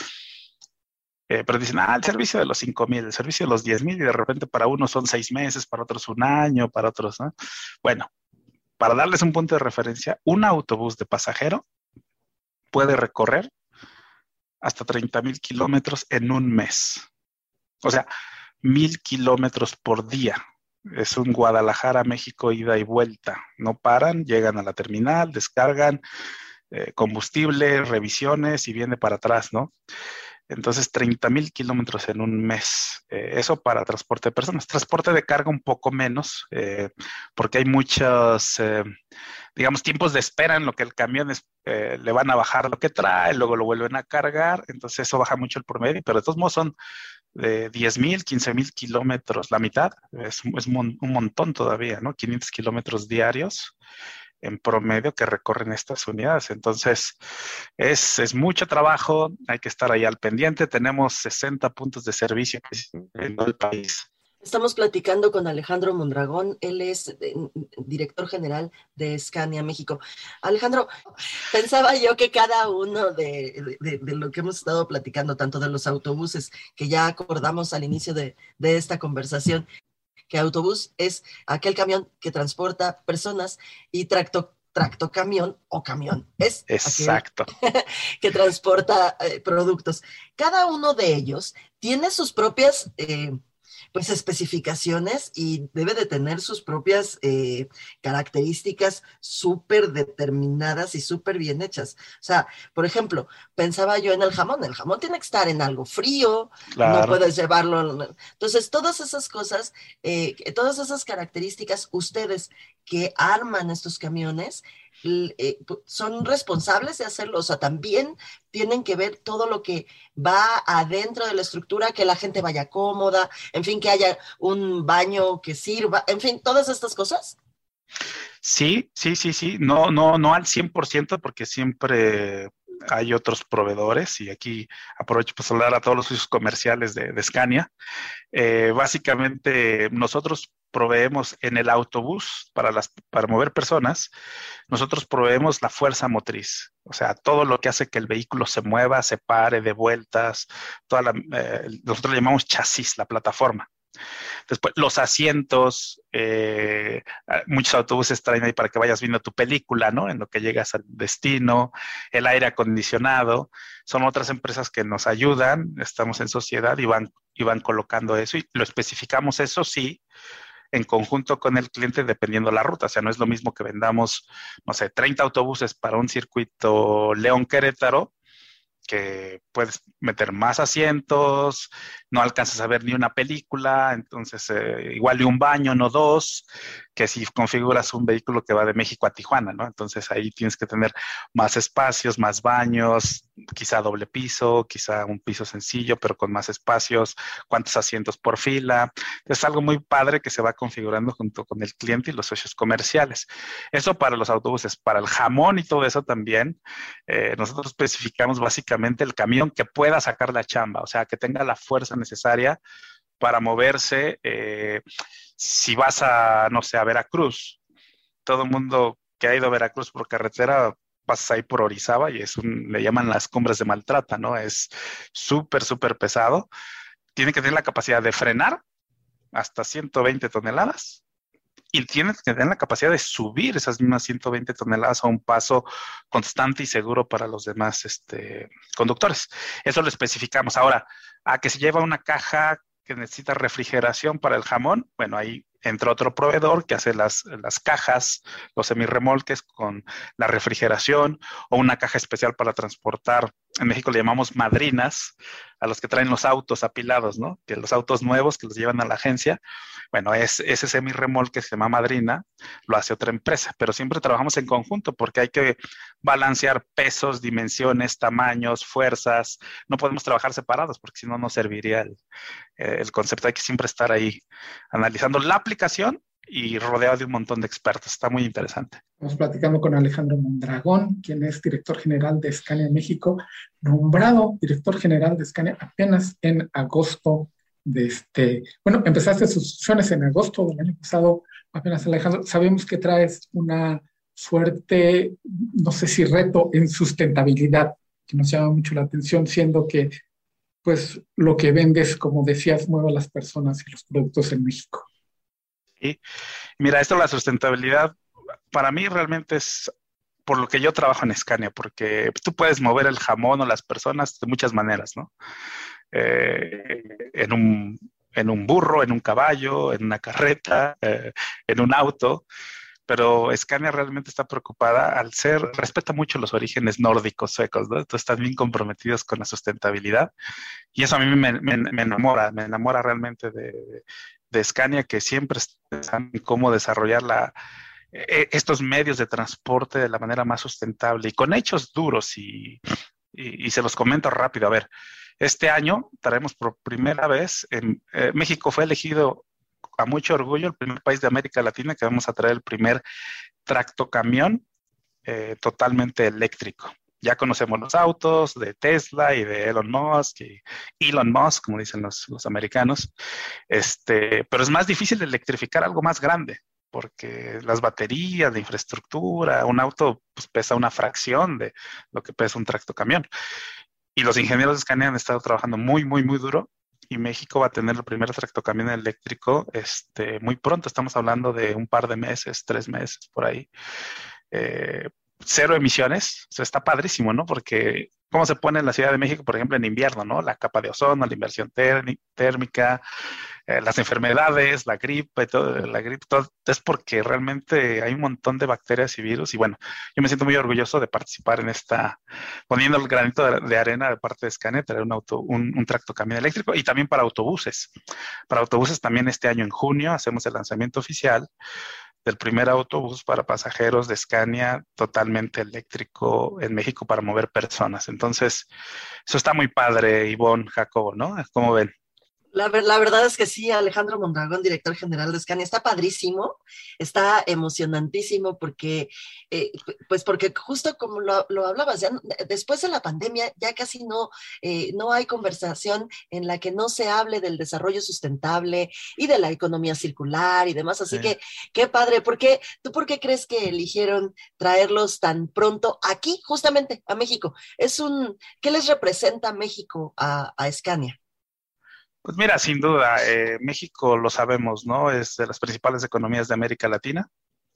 Eh, pero dicen, ah, el servicio de los cinco mil, el servicio de los diez mil, y de repente para unos son seis meses, para otros un año, para otros, ¿no? Bueno, para darles un punto de referencia, un autobús de pasajero puede recorrer hasta treinta mil kilómetros en un mes. O sea, mil kilómetros por día. Es un Guadalajara, México, ida y vuelta. No paran, llegan a la terminal, descargan eh, combustible, revisiones y viene para atrás, ¿no? Entonces, treinta mil kilómetros en un mes. Eh, eso para transporte de personas. Transporte de carga un poco menos, eh, porque hay muchos, eh, digamos, tiempos de espera en lo que el camión es, eh, le van a bajar lo que trae, luego lo vuelven a cargar. Entonces, eso baja mucho el promedio, pero de todos modos son de diez mil, quince mil kilómetros, la mitad. Es, es un, un montón todavía, ¿no? quinientos kilómetros diarios en promedio que recorren estas unidades. Entonces, es, es mucho trabajo, hay que estar ahí al pendiente. Tenemos sesenta puntos de servicio en todo el país. Estamos platicando con Alejandro Mondragón, él es eh, director general de Scania México. Alejandro, pensaba yo que cada uno de, de, de lo que hemos estado platicando, tanto de los autobuses, que ya acordamos al inicio de, de esta conversación, que autobús es aquel camión que transporta personas y tracto tractocamión o camión, es exacto que transporta eh, productos. Cada uno de ellos tiene sus propias eh, pues especificaciones y debe de tener sus propias eh, características súper determinadas y súper bien hechas. O sea, por ejemplo, pensaba yo en el jamón. El jamón tiene que estar en algo frío, claro. No puedes llevarlo. Entonces, todas esas cosas, eh, todas esas características, ustedes que arman estos camiones, Eh, son responsables de hacerlo, o sea, también tienen que ver todo lo que va adentro de la estructura, que la gente vaya cómoda, en fin, que haya un baño que sirva, en fin, todas estas cosas. Sí, sí, sí, sí, no, no, no al cien por ciento porque siempre hay otros proveedores y aquí aprovecho para saludar a todos los socios comerciales de, de Scania. Eh, básicamente nosotros proveemos en el autobús para, las, para mover personas, nosotros proveemos la fuerza motriz, o sea, todo lo que hace que el vehículo se mueva, se pare, de vueltas, toda la, eh, nosotros le llamamos chasis, la plataforma. Después, los asientos, eh, muchos autobuses traen ahí para que vayas viendo tu película, ¿no? En lo que llegas al destino, el aire acondicionado, son otras empresas que nos ayudan, estamos en sociedad y van, y van colocando eso y lo especificamos, eso sí, en conjunto con el cliente dependiendo la ruta, o sea, no es lo mismo que vendamos, no sé, treinta autobuses para un circuito León-Querétaro, que puedes meter más asientos, no alcanzas a ver ni una película, entonces eh, igual de un baño, no dos, que si configuras un vehículo que va de México a Tijuana, ¿no? Entonces ahí tienes que tener más espacios, más baños, quizá doble piso, quizá un piso sencillo, pero con más espacios, cuántos asientos por fila. Es algo muy padre que se va configurando junto con el cliente y los socios comerciales. Eso para los autobuses. Para el jamón y todo eso también, eh, nosotros especificamos básicamente el camión que pueda sacar la chamba, o sea, que tenga la fuerza necesaria para moverse. Eh, si vas a, no sé, a Veracruz, todo el mundo que ha ido a Veracruz por carretera, pasas ahí por Orizaba y es un, le llaman las cumbres de Maltrata, ¿no? Es súper, súper pesado. Tiene que tener la capacidad de frenar hasta ciento veinte toneladas y tiene que tener la capacidad de subir esas mismas ciento veinte toneladas a un paso constante y seguro para los demás este, conductores. Eso lo especificamos. Ahora, a que se lleva una caja que necesita refrigeración para el jamón, bueno, ahí entra otro proveedor que hace las, las cajas, los semirremolques con la refrigeración o una caja especial para transportar. En México le llamamos madrinas a los que traen los autos apilados, ¿no? Que los autos nuevos que los llevan a la agencia, bueno, es, ese semirremolque se llama madrina, lo hace otra empresa, pero siempre trabajamos en conjunto porque hay que balancear pesos, dimensiones, tamaños, fuerzas. No podemos trabajar separados porque si no, no serviría el, el concepto. Hay que siempre estar ahí analizando la aplicación y rodeado de un montón de expertos. Está muy interesante. Estamos platicando con Alejandro Mondragón, quien es director general de Scania México, nombrado director general de Scania apenas en agosto de este... Bueno, empezaste sus funciones en agosto del año pasado, apenas, Alejandro. Sabemos que traes una fuerte, no sé si reto en sustentabilidad, que nos llama mucho la atención, siendo que pues lo que vendes, como decías, mueve a las personas y los productos en México. Sí. Mira, esto de la sustentabilidad, para mí realmente es por lo que yo trabajo en Scania, porque tú puedes mover el jamón o las personas de muchas maneras, ¿no? Eh, en, un, en un burro, en un caballo, en una carreta, eh, en un auto, pero Scania realmente está preocupada al ser, respeta mucho los orígenes nórdicos suecos, ¿no? Entonces están bien comprometidos con la sustentabilidad y eso a mí me, me, me enamora, me enamora realmente de, de Scania, que siempre están en cómo desarrollar la, eh, estos medios de transporte de la manera más sustentable y con hechos duros y, y, y se los comento rápido. A ver, este año traemos por primera vez, en, eh, México fue elegido a mucho orgullo el primer país de América Latina que vamos a traer el primer tractocamión eh, totalmente eléctrico. Ya conocemos los autos de Tesla y de Elon Musk, y Elon Musk, como dicen los, los americanos, este, pero es más difícil electrificar algo más grande, porque las baterías, la infraestructura, un auto pues, pesa una fracción de lo que pesa un tractocamión. Y los ingenieros de Scania han estado trabajando muy, muy, muy duro, y México va a tener el primer tractocamión eléctrico este, muy pronto. Estamos hablando de un par de meses, tres meses, por ahí. Eh, cero emisiones, o sea, está padrísimo, ¿no? Porque cómo se pone en la Ciudad de México, por ejemplo, en invierno, ¿no? La capa de ozono, la inversión térmica, eh, las enfermedades, la gripe, todo, la gripe, todo, es porque realmente hay un montón de bacterias y virus, y bueno, yo me siento muy orgulloso de participar en esta, poniendo el granito de, de arena de parte de Scania, traer un auto, un, un tractocamión eléctrico, y también para autobuses. Para autobuses también este año en junio hacemos el lanzamiento oficial del primer autobús para pasajeros de Scania totalmente eléctrico en México para mover personas. Entonces, eso está muy padre, Ivonne, Jacobo, ¿no? ¿Cómo ven? La, ver, la verdad es que sí, Alejandro Mondragón, director general de Scania, está padrísimo, está emocionantísimo porque, eh, pues porque justo como lo, lo hablabas, ya, después de la pandemia ya casi no, eh, no hay conversación en la que no se hable del desarrollo sustentable y de la economía circular y demás, así sí. que qué padre. ¿Por qué, ¿Tú por qué crees que eligieron traerlos tan pronto aquí, justamente a México? Es un, ¿qué les representa México a, a Scania? Pues mira, sin duda, eh, México, lo sabemos, ¿no? Es de las principales economías de América Latina.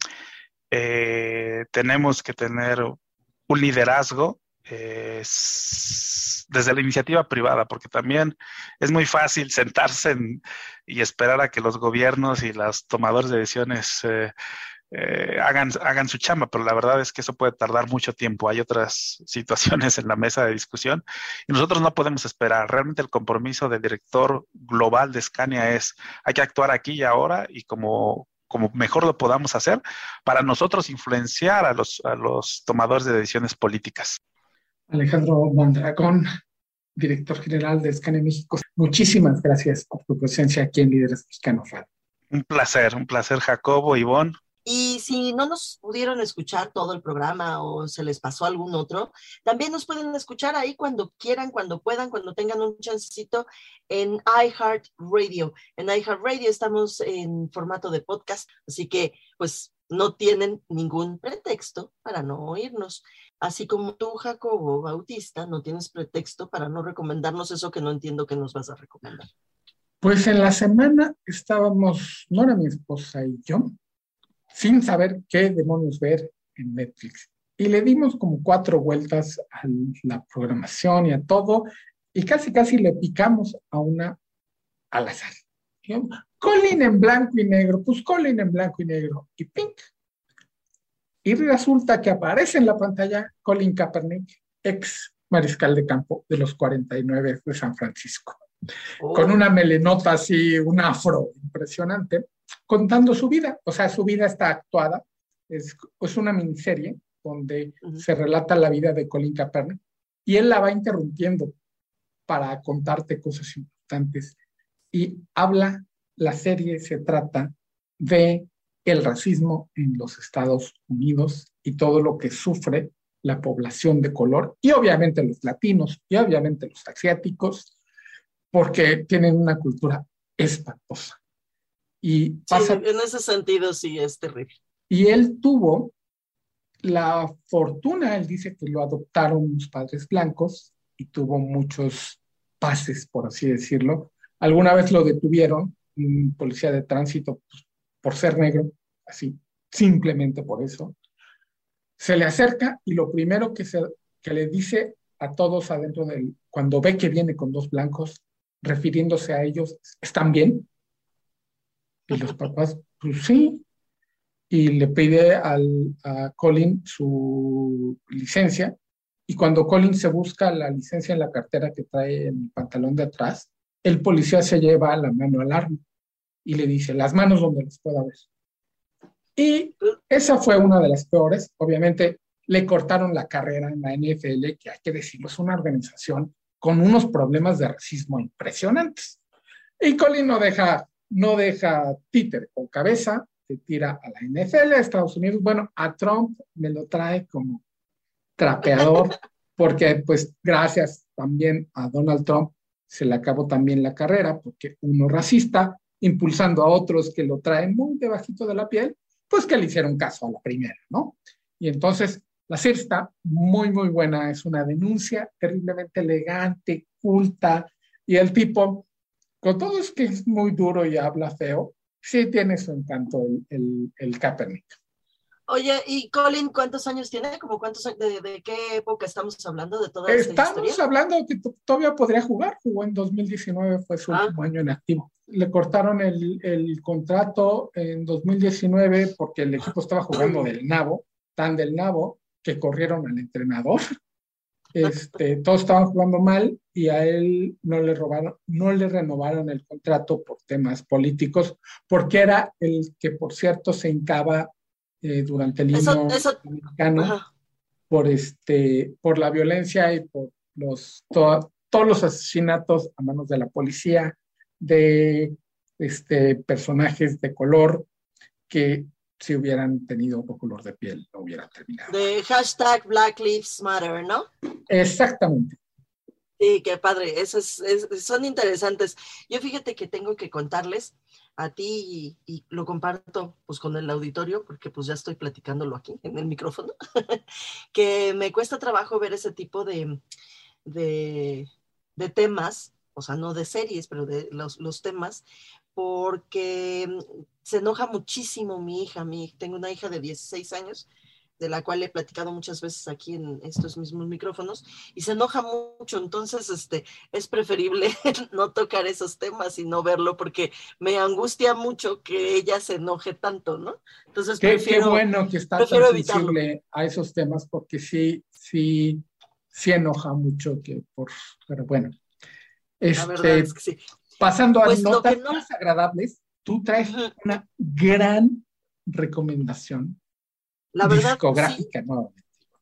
Eh, tenemos que tener un liderazgo eh, desde la iniciativa privada, porque también es muy fácil sentarse en, y esperar a que los gobiernos y los tomadores de decisiones eh, Eh, hagan, hagan su chamba, pero la verdad es que eso puede tardar mucho tiempo. Hay otras situaciones en la mesa de discusión y nosotros no podemos esperar. Realmente el compromiso del director global de Scania es, hay que actuar aquí y ahora, y como, como mejor lo podamos hacer para nosotros influenciar a los, a los tomadores de decisiones políticas. Alejandro Mondragón, director general de Scania México, muchísimas gracias por tu presencia aquí en Líderes Mexicanos Radio. Un placer, un placer, Jacobo, Ivonne. Y si no nos pudieron escuchar todo el programa o se les pasó algún otro, también nos pueden escuchar ahí cuando quieran, cuando puedan, cuando tengan un chancecito en iHeartRadio. En iHeartRadio estamos en formato de podcast, así que pues no tienen ningún pretexto para no oírnos. Así como tú, Jacobo Bautista, no tienes pretexto para no recomendarnos eso que no entiendo que nos vas a recomendar. Pues en la semana estábamos, Nora, mi esposa y yo, sin saber qué demonios ver en Netflix. Y le dimos como cuatro vueltas a la programación y a todo, y casi casi le picamos a una al azar. Digamos, Colin en blanco y negro, pues Colin en blanco y negro, y pink. Y resulta que aparece en la pantalla Colin Kaepernick, ex mariscal de campo de los cuarenta y nueve de San Francisco, oh. con una melenota así, un afro impresionante, contando su vida. O sea, su vida está actuada, es, es una miniserie donde uh-huh. se relata la vida de Colin Kaepernick y él la va interrumpiendo para contarte cosas importantes. Y habla, la serie se trata de el racismo en los Estados Unidos y todo lo que sufre la población de color, y obviamente los latinos, y obviamente los asiáticos, porque tienen una cultura espantosa. Y pasa, sí, en ese sentido sí es terrible. Y él tuvo la fortuna, él dice que lo adoptaron los padres blancos y tuvo muchos pases, por así decirlo. Alguna vez lo detuvieron, un policía de tránsito, pues, por ser negro, así, simplemente por eso. Se le acerca y lo primero que, se, que le dice a todos adentro de él, cuando ve que viene con dos blancos, refiriéndose a ellos, ¿están bien? Y los papás, pues sí. Y le pide al, a Colin su licencia. Y cuando Colin se busca la licencia en la cartera que trae en el pantalón de atrás, el policía se lleva la mano al arma y le dice, las manos donde los pueda ver. Y esa fue una de las peores. Obviamente le cortaron la carrera en la N F L, que hay que decirlo, es una organización con unos problemas de racismo impresionantes. Y Colin no deja, no deja títere con cabeza, se tira a la N F L, a Estados Unidos. Bueno, a Trump me lo trae como trapeador, porque pues gracias también a Donald Trump se le acabó también la carrera, porque uno racista, impulsando a otros que lo traen muy debajito de la piel, pues que le hicieron caso a la primera, ¿no? Y entonces la serie está muy, muy buena, es una denuncia terriblemente elegante, culta, y el tipo, con todo es que es muy duro y habla feo, sí tiene su encanto el, el, el Kaepernick. Oye, ¿y Colin cuántos años tiene? ¿Como cuántos de, de qué época estamos hablando de toda esta Estamos historia? Estamos hablando que todavía podría jugar, jugó en dos mil diecinueve, fue su ah. último año en activo. Le cortaron el, el contrato en dos mil diecinueve porque el equipo estaba jugando del nabo, tan del nabo, que corrieron al entrenador. Este, todos estaban jugando mal y a él no le robaron, no le renovaron el contrato por temas políticos, porque era el que, por cierto, se hincaba eh, durante el himno mexicano por este, por la violencia y por los to, todos los asesinatos a manos de la policía de este, personajes de color que si hubieran tenido otro color de piel, no hubieran terminado. De hashtag Black Lives Matter, ¿no? Exactamente. Sí, qué padre, eso es, es, son interesantes. Yo fíjate que tengo que contarles a ti y, y lo comparto pues con el auditorio, porque pues ya estoy platicándolo aquí en el micrófono, que me cuesta trabajo ver ese tipo de, de, de temas, o sea, no de series, pero de los, los temas, porque se enoja muchísimo mi hija. Mi, tengo una hija de dieciséis años, de la cual he platicado muchas veces aquí en estos mismos micrófonos, y se enoja mucho. Entonces este, es preferible no tocar esos temas y no verlo, porque me angustia mucho que ella se enoje tanto, ¿no? Entonces qué, prefiero, qué bueno que está tan sensible a esos temas, porque sí, sí, sí enoja mucho, que por, pero bueno. Este, la verdad es que sí. Pasando a pues notas no... más agradables, tú traes uh-huh. una gran recomendación la verdad, discográfica, sí. ¿No?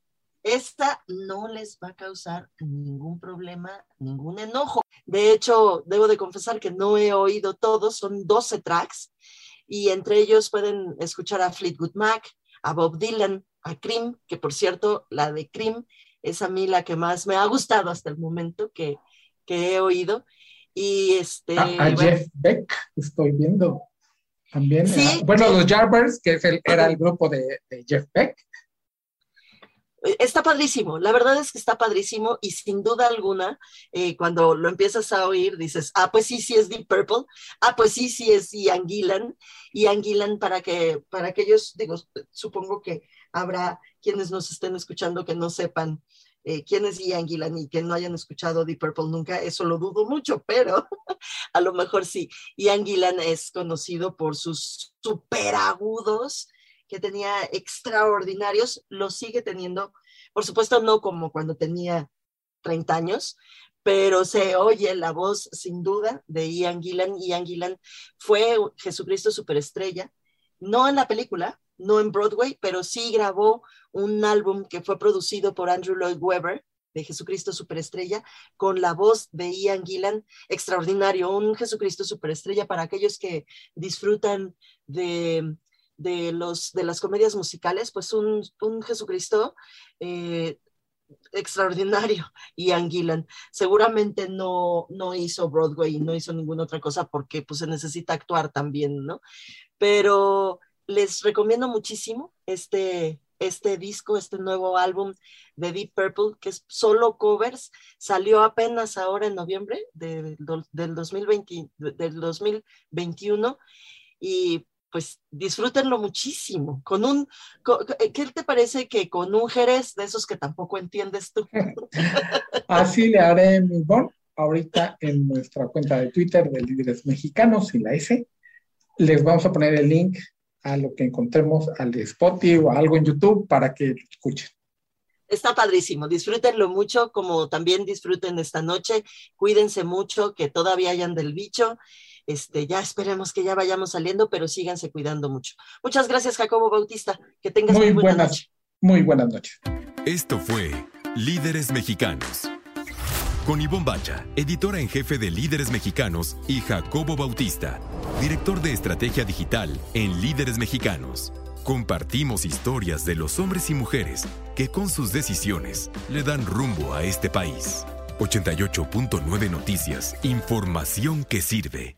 Esta no les va a causar ningún problema, ningún enojo. De hecho, debo de confesar que no he oído todos, son doce tracks, y entre ellos pueden escuchar a Fleetwood Mac, a Bob Dylan, a Cream, que por cierto, la de Cream es a mí la que más me ha gustado hasta el momento que, que he oído. Y este, a, a bueno, Jeff Beck, estoy viendo también. Sí, era, bueno, sí. Los Yardbirds, que es el, era el grupo de, de Jeff Beck. Está padrísimo, la verdad es que está padrísimo, y sin duda alguna, eh, cuando lo empiezas a oír, dices, ah, pues sí, sí es Deep Purple, ah, pues sí, sí es Ian Gillan. Ian Gillan, para que, para aquellos, digo, supongo que habrá quienes nos estén escuchando que no sepan Eh, quién es Ian Gillan y que no hayan escuchado Deep Purple nunca, eso lo dudo mucho, pero a lo mejor sí. Ian Gillan es conocido por sus superagudos que tenía extraordinarios, los sigue teniendo, por supuesto no como cuando tenía treinta años, pero se oye la voz sin duda de Ian Gillan. Ian Gillan fue Jesucristo Superestrella, no en la película, no en Broadway, pero sí grabó un álbum que fue producido por Andrew Lloyd Webber, de Jesucristo Superestrella, con la voz de Ian Gillan. Extraordinario, un Jesucristo Superestrella para aquellos que disfrutan de, de, los, de las comedias musicales, pues un, un Jesucristo eh, extraordinario, Ian Gillan. Seguramente no, no hizo Broadway y no hizo ninguna otra cosa porque pues se necesita actuar también, ¿no? Pero les recomiendo muchísimo este, este disco, este nuevo álbum de Deep Purple, que es solo covers. Salió apenas ahora en noviembre de, de, del, dos mil veinte, del dos mil veintiuno, y pues disfrútenlo muchísimo. Con un, con, ¿qué te parece que con un jerez de esos que tampoco entiendes tú? Así le haré mi bon ahorita en nuestra cuenta de Twitter de Líderes Mexicanos, sin la S. Les vamos a poner el link a lo que encontremos, al de Spotify o algo en YouTube para que escuchen. Está padrísimo, disfrútenlo mucho, como también disfruten esta noche. Cuídense mucho, que todavía hayan del bicho. Este, ya esperemos que ya vayamos saliendo, pero síganse cuidando mucho. Muchas gracias, Jacobo Bautista. Que tengas muy, muy buena buenas, noche. Muy buenas noches. Esto fue Líderes Mexicanos, con Ivonne Bacha, editora en jefe de Líderes Mexicanos, y Jacobo Bautista, director de estrategia digital en Líderes Mexicanos. Compartimos historias de los hombres y mujeres que con sus decisiones le dan rumbo a este país. ochenta y ocho punto nueve Noticias, información que sirve.